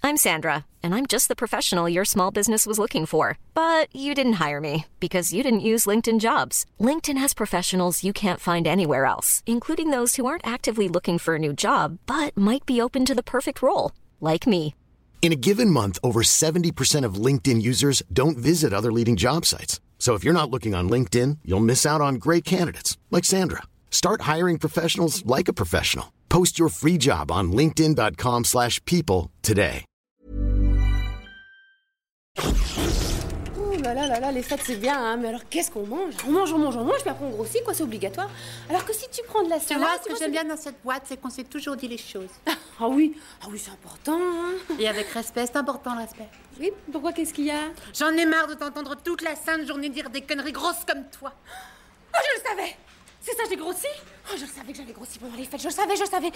I'm Sandra, and I'm just the professional your small business was looking for. But you didn't hire me because you didn't use LinkedIn Jobs. LinkedIn has professionals you can't find anywhere else, including those who aren't actively looking for a new job, but might be open to the perfect role, like me. In a given month, over 70% of LinkedIn users don't visit other leading job sites. So if you're not looking on LinkedIn, you'll miss out on great candidates like Sandra. Start hiring professionals like a professional. Post your free job on linkedin.com/people today. Oh là là, les fêtes c'est bien, hein, mais alors qu'est-ce qu'on mange? On mange, puis après on grossit, quoi, c'est obligatoire. Alors que si tu prends de la salade... Tu vois, ce que j'aime bien dans cette boîte, c'est qu'on s'est toujours dit les choses. Ah oui, c'est important, hein. Et avec respect, c'est important le respect. Oui, pourquoi, qu'est-ce qu'il y a? J'en ai marre de t'entendre toute la sainte journée dire des conneries grosses comme toi. Oh, je le savais! C'est ça, j'ai grossi? Oh, je le savais que j'avais grossi pendant les fêtes, je le savais.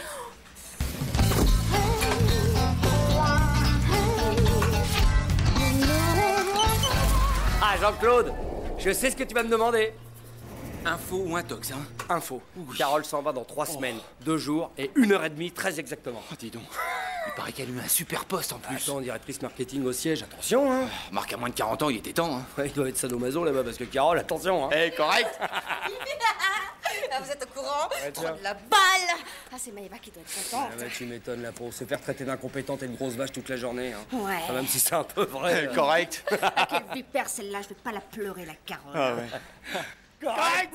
Ah, Jean-Claude, je sais ce que tu vas me demander. Info ou intox, hein? Info. Oui. Carole s'en va dans 3 semaines, 2 jours et 1h30, très exactement. Oh, dis donc. Il paraît qu'elle a eu un super poste en plus. Attends, directrice marketing au siège, attention, hein. Marc, à moins de 40 ans, il était temps, hein. Ouais, il doit être sadomaso là-bas parce que Carole, attention, hein. Correct. Vous êtes au courant? Tiens. La balle! Ah, c'est Maëva qui doit être contente. Ah ouais, tu m'étonnes là pour se faire traiter d'incompétente et de grosse vache toute la journée, hein. Ouais. Ah, même si c'est un peu vrai. Correct. Ah, quelle vipère celle-là, je vais pas la pleurer, la Carole. Ah ouais. Correct.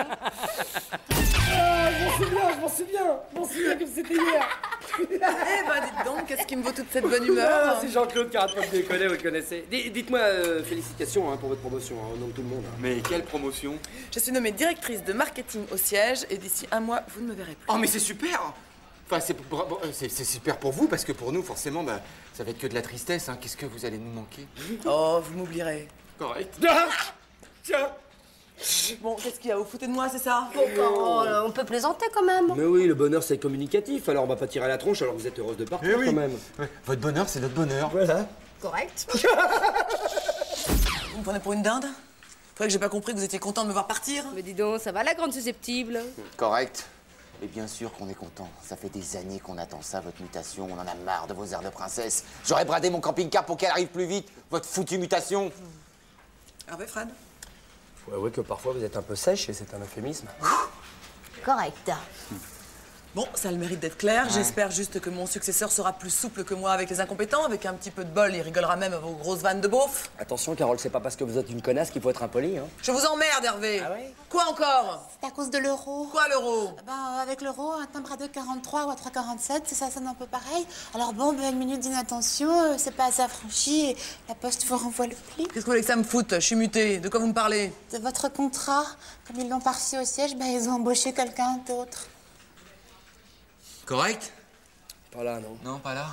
Je m'en souviens comme c'était hier. Eh ben, dites donc, qu'est-ce qui me vaut toute cette bonne humeur? C'est Jean-Claude qui arrête pas de déconner, vous le connaissez. Dites-moi félicitations hein, pour votre promotion, hein, au nom de tout le monde. Hein. Mais quelle promotion? Je suis nommée directrice de marketing au siège et d'ici 1 mois, vous ne me verrez plus. Oh, mais c'est super. Enfin, c'est super pour vous, parce que pour nous, forcément, bah, ça va être que de la tristesse, hein. Qu'est-ce que vous allez nous manquer? Oh, vous m'oublierez. Correct. Tiens. Bon, qu'est-ce qu'il y a? Vous foutez de moi, c'est ça? On peut plaisanter quand même. Mais oui, le bonheur c'est communicatif, alors on va pas tirer à la tronche alors que vous êtes heureuse de partir quand même. Ouais. Votre bonheur, c'est notre bonheur. Voilà. Correct. Vous me prenez pour une dinde? Faudrait que j'ai pas compris que vous étiez content de me voir partir. Mais dis donc, ça va la grande susceptible? Correct. Et bien sûr qu'on est content. Ça fait des années qu'on attend ça, votre mutation. On en a marre de vos airs de princesse. J'aurais bradé mon camping-car pour qu'elle arrive plus vite. Votre foutue mutation. Ah ouais, Fred? Faut avouer que parfois vous êtes un peu sèche et c'est un euphémisme. Correct. Bon, ça a le mérite d'être clair. J'espère juste que mon successeur sera plus souple que moi avec les incompétents. Avec un petit peu de bol, il rigolera même à vos grosses vannes de beauf. Attention Carole, c'est pas parce que vous êtes une connasse qu'il faut être impoli, hein. Je vous emmerde, Hervé. Ah ouais? Quoi encore? C'est à cause de l'euro. Quoi, l'euro? Ben, avec l'euro, un timbre à 2,43 ou à 3,47, ça sonne un peu pareil. Alors bon, ben, une minute d'inattention, c'est pas assez affranchi et la poste vous renvoie le pli. Qu'est-ce que vous voulez que ça me foute? Je suis mutée. De quoi vous me parlez? De votre contrat, comme ils l'ont parti au siège, ben, ils ont embauché quelqu'un d'autre. Correct? Pas là, non. Non, pas là.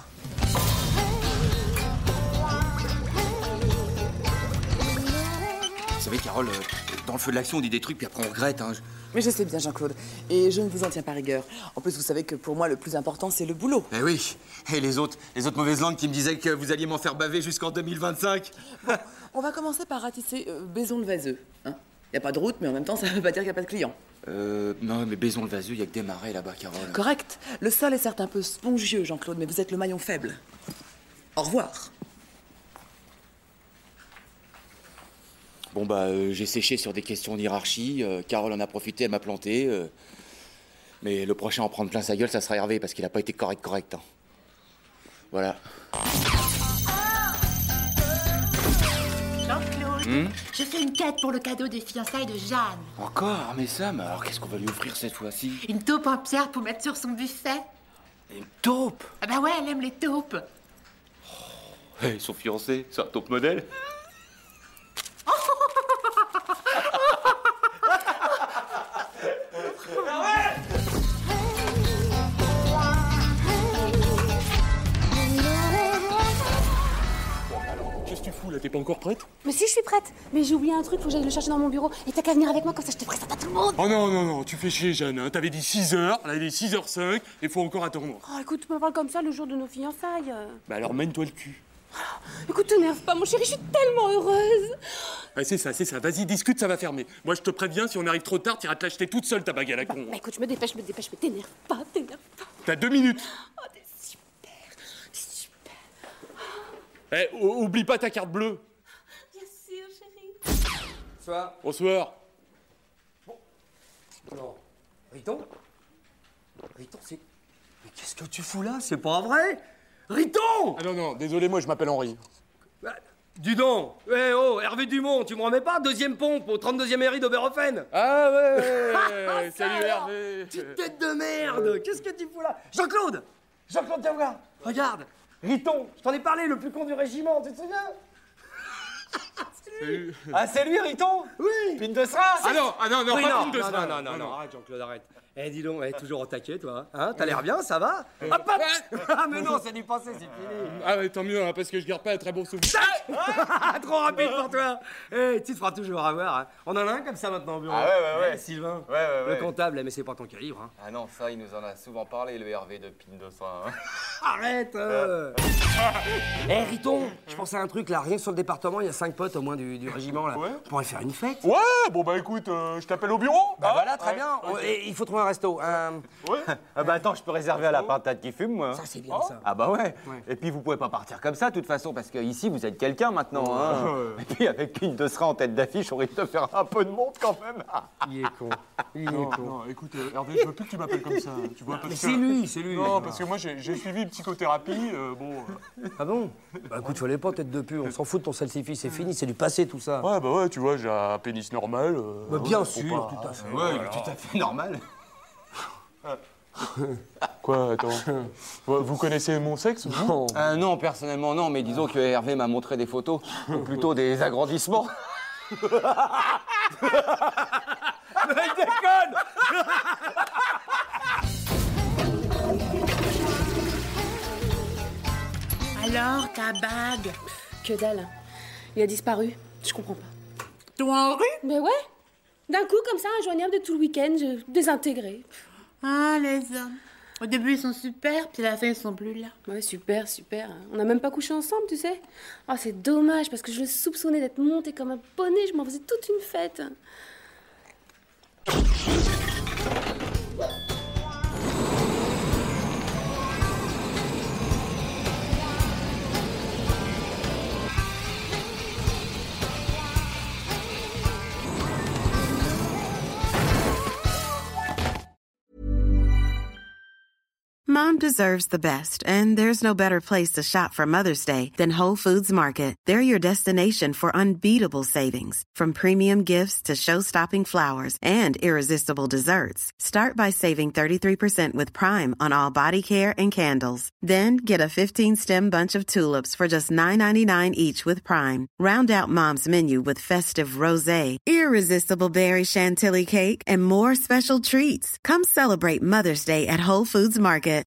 Vous savez, Carole, dans le feu de l'action, on dit des trucs, puis après on regrette, hein. Mais je sais bien, Jean-Claude. Et je ne vous en tiens pas rigueur. En plus, vous savez que pour moi, le plus important, c'est le boulot. Eh oui. Et les autres mauvaises langues qui me disaient que vous alliez m'en faire baver jusqu'en 2025. Bon, on va commencer par ratisser Baison-le-Vaseux. Hein, y a pas de route, mais en même temps, ça veut pas dire qu'il n'y a pas de clients. Non, mais Baison-le-Vaseux, il y a que des marais là-bas, Carole. Correct. Le sol est certes un peu spongieux, Jean-Claude, mais vous êtes le maillon faible. Au revoir. Bon, bah, j'ai séché sur des questions d'hierarchie. Carole en a profité, elle m'a planté. Mais le prochain à en prendre plein sa gueule, ça sera Hervé, parce qu'il a pas été correct. Hein. Voilà. Jean-Claude, je fais une quête pour le cadeau des fiançailles de Jeanne. Encore? Mais ça, mais alors qu'est-ce qu'on va lui offrir cette fois-ci? Une taupe en pierre pour mettre sur son buffet. Une taupe? Ah bah ouais, elle aime les taupes. Hey, son fiancé, c'est un taupe modèle? Qu'est-ce que tu fous là? T'es pas encore prête? Mais si, je suis prête. Mais j'ai oublié un truc, faut que j'aille le chercher dans mon bureau. Et t'as qu'à venir avec moi, comme ça je te présente à tout le monde. Oh non, tu fais chier, Jeanne. Hein. T'avais dit 6h, là il est 6h05, et faut encore attendre. Oh, écoute, tu me parles comme ça le jour de nos fiançailles. Bah alors mène-toi le cul. Écoute, t'énerve pas, mon chéri, je suis tellement heureuse. Ouais, c'est ça. Vas-y, discute, ça va fermer. Moi, je te préviens, si on arrive trop tard, t'iras te l'acheter toute seule, ta bague à la con. Bah écoute, je me dépêche, mais t'énerve pas. T'as 2 minutes. Oh, t'es super. Oublie pas ta carte bleue. Bien sûr, chérie. Bonsoir. Bonsoir. Non. Riton, c'est... Mais qu'est-ce que tu fous là? C'est pas vrai. Riton! Ah non, désolé, moi je m'appelle Henri. Bah, dis donc. Hervé Dumont, tu me remets pas? Deuxième pompe au 32e RI d'Oberhofen. Ah ouais. Salut Alors, Hervé. petite tête de merde. Qu'est-ce que tu fous là? Jean-Claude, viens voir. Regarde. Riton, je t'en ai parlé, le plus con du régiment, tu te souviens? Salut. Ah, c'est lui, Riton? Oui. Pine de Sera. Ah non, Oui, pas non, Pine de Sera. non, arrête, Jean-Claude, arrête. Dis donc, toujours au taquet, toi. Hein, t'as l'air bien, ça va? Hop, hop. Ah, mais non, c'est du passé, c'est fini. Ah ouais, tant mieux, hein, parce que je garde pas un très bon souvenir. Trop rapide pour toi. Tu te feras toujours avoir. Hein. On en a un comme ça maintenant au bureau. Ah ouais. Sylvain. Ouais. Le comptable, mais c'est pas ton calibre. Hein. Ah non, ça, il nous en a souvent parlé, le Hervé de Pine de Sera. Hein. Arrête. Riton, je pense à un truc là. Rien que sur le département, il y a 5 potes au moins du régiment là. Ouais. On pourrait faire une fête. Ouais, bon bah écoute, je t'appelle au bureau. Bah voilà, très bien. Et il faut trouver un resto. Ouais. Ah bah attends, je peux réserver à la pintade qui fume, moi. Ça, c'est bien ça. Ah bah ouais. Et puis vous pouvez pas partir comme ça, de toute façon, parce que ici vous êtes quelqu'un maintenant. Hein. Et puis avec Pine de Sera en tête d'affiche, on risque de faire un peu de monde quand même. Il est con. Non, écoute, Hervé, je veux plus que tu m'appelles comme ça. Tu vois, parce Mais que... c'est lui. Non, parce que moi j'ai suivi une psychothérapie, Ah bon? Bah écoute, tu pas tête de pu. On s'en fout de ton salsifis, c'est fini, c'est du passé tout ça. Ouais, bah ouais, tu vois, j'ai un pénis normal. Bah, bien faut sûr, pas- tout à fait. Ouais, il est tout à fait normal. Quoi, attends. Vous connaissez mon sexe, vous? Non, personnellement non, mais disons que Hervé m'a montré des photos, ou plutôt des agrandissements. Il déconne! Alors, ta bague? Que dalle. Il a disparu. Je comprends pas. Toi, Henri? Mais ouais. D'un coup, comme ça, injoignable de tout le week-end, désintégré. Ah, les hommes. Au début, ils sont super, puis à la fin, ils sont plus là. Ouais, super. On n'a même pas couché ensemble, tu sais. Oh, c'est dommage, parce que je le soupçonnais d'être monté comme un poney. Je m'en faisais toute une fête. Mom deserves the best, and there's no better place to shop for Mother's Day than Whole Foods Market. They're your destination for unbeatable savings, from premium gifts to show-stopping flowers and irresistible desserts. Start by saving 33% with Prime on all body care and candles. Then get a 15-stem bunch of tulips for just $9.99 each with Prime. Round out Mom's menu with festive rosé, irresistible berry chantilly cake, and more special treats. Come celebrate Mother's Day at Whole Foods Market.